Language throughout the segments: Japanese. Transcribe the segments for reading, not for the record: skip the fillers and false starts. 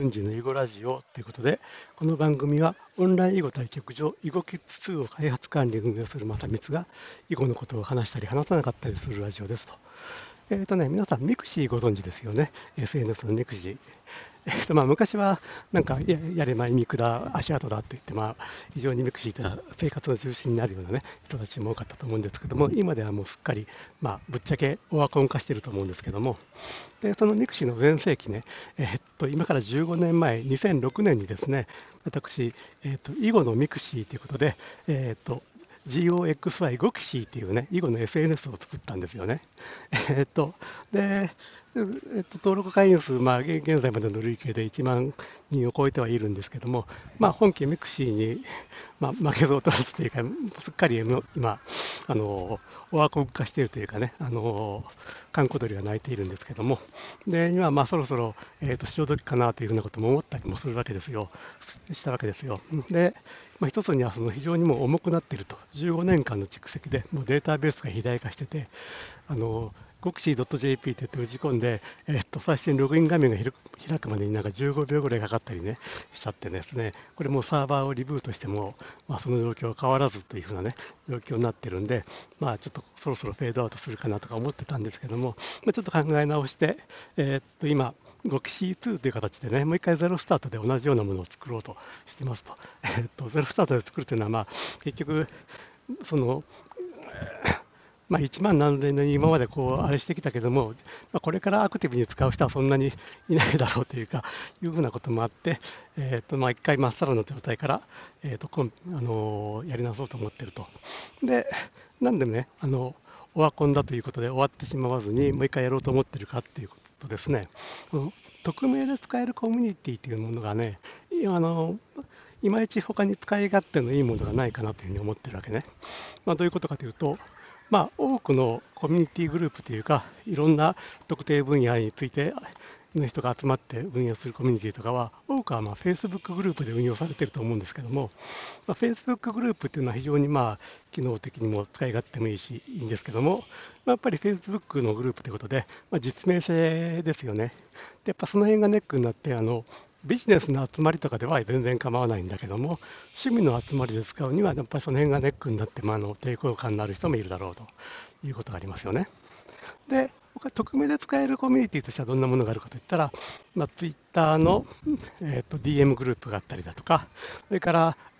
順次の囲碁ラジオということで、この番組はオンライン囲碁対局場囲碁キッズ2を開発管理運営する正光が囲碁のことを話したり話さなかったりするラジオですと。皆さんミクシーご存知ですよね。SNS のミクシー。昔はなんかやれまい、見下、足跡だって言って、非常にミクシーって生活の中心になるような、ね、人たちも多かったと思うんですけども、今ではもうすっかり、ぶっちゃけオワコン化していると思うんですけども、でそのミクシーの全盛期ね、今から15年前、2006年にですね、私、囲碁のミクシーということで、GOXY ゴキシーっていうね、囲碁の SNS を作ったんですよね。で、登録会員数、現在までの累計で1万人を超えてはいるんですけども、本家ミクシーに、負けず劣らずというか、すっかり今、オワコン化しているというかね、閑古鳥が鳴いているんですけども、で今、そろそろ、潮時かなというふうなことも思ったりもするわけですよ、したわけですよ。で、一つにはその非常にもう重くなっていると、15年間の蓄積でもうデータベースが肥大化してて、ゴクシー .jp って言って打ち込んで、最初にログイン画面が開くまでになんか15秒ぐらいかかったりね、しちゃってですね、これもうサーバーをリブートしても、その状況は変わらずというふうなね、状況になってるんで、ちょっとそろそろフェードアウトするかなとか思ってたんですけども、ちょっと考え直して、今、ゴキシー2という形でね、もう一回ゼロスタートで同じようなものを作ろうとしてますと。ゼロスタートで作るというのは、結局、その、1万何千年今まであれしてきたけども、これからアクティブに使う人はそんなにいないだろうというか、いうふうなこともあって、一回まっさらな状態から、やり直そうと思ってると。で、なんでね、オワコンだということで終わってしまわずに、もう一回やろうと思ってるかっていうことですね、匿名で使えるコミュニティというものがね、いまいち他に使い勝手のいいものがないかなというふうに思ってるわけね。どういうことかというと、多くのコミュニティグループというか、いろんな特定分野についての人が集まって運用するコミュニティとかは、多くはFacebook グループで運用されていると思うんですけども、Facebook グループっていうのは非常に機能的にも使い勝手もいいし、いいんですけども、やっぱり Facebook のグループということで、実名性ですよね。で、やっぱその辺がネックになって、ビジネスの集まりとかでは全然構わないんだけども、趣味の集まりで使うには、やっぱりその辺がネックになって、抵抗感のある人もいるだろうということがありますよね。で、僕は匿名で使えるコミュニティとしてはどんなものがあるかといったら、Twitter の、DM グループがあったりだとか、それから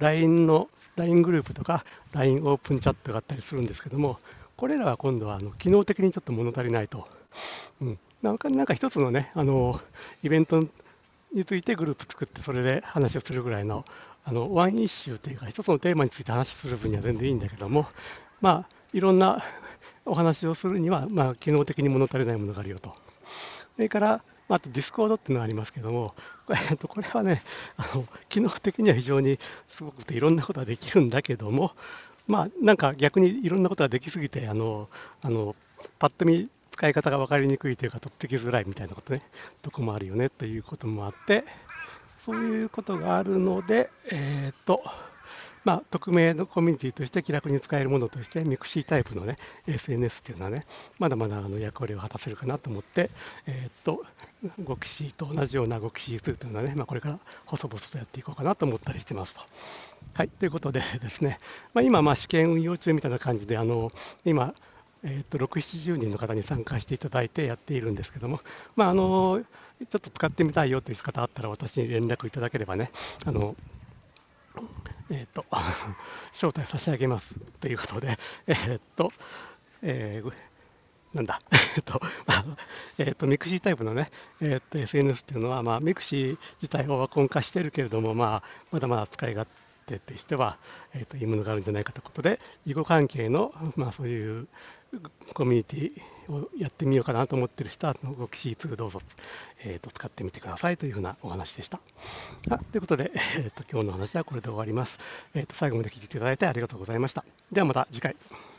LINE グループとか LINE オープンチャットがあったりするんですけども、これらは今度は機能的にちょっと物足りないと。なんか一つのね、イベントについてグループ作って、それで話をするぐらいの、ワンイッシュというか、一つのテーマについて話する分には全然いいんだけども、いろんなお話をするには、機能的に物足りないものがあるよと。それから、あとディスコードっていうのがありますけども、これはね、機能的には非常にすごくていろんなことができるんだけども、なんか逆にいろんなことができすぎて、パッと見使い方が分かりにくいというか、取ってきづらいみたいなことね、とこもあるよねということもあって、そういうことがあるので、匿名のコミュニティとして気楽に使えるものとして、ミクシータイプのね、SNS っていうのはね、まだまだ役割を果たせるかなと思って、ゴキシーと同じようなゴキシー2というのはね、これから細々とやっていこうかなと思ったりしてますと。はい、ということでですね、今、試験運用中みたいな感じで、今、6、70人の方に参加していただいてやっているんですけども、ちょっと使ってみたいよという方あったら、私に連絡いただければね、招待差し上げますということで、えーなんだ、ミクシータイプのね、SNS っていうのは、ミクシー自体はオワコン化してるけれども、まだまだ使い勝手としては、いいものがあるんじゃないかということで、囲碁関係の、そういうコミュニティをやってみようかなと思っている人は、ゴキシー2どうぞ、使ってみてくださいというふうなお話でした。ということで、今日の話はこれで終わります。最後まで聞いていただいてありがとうございました。ではまた次回。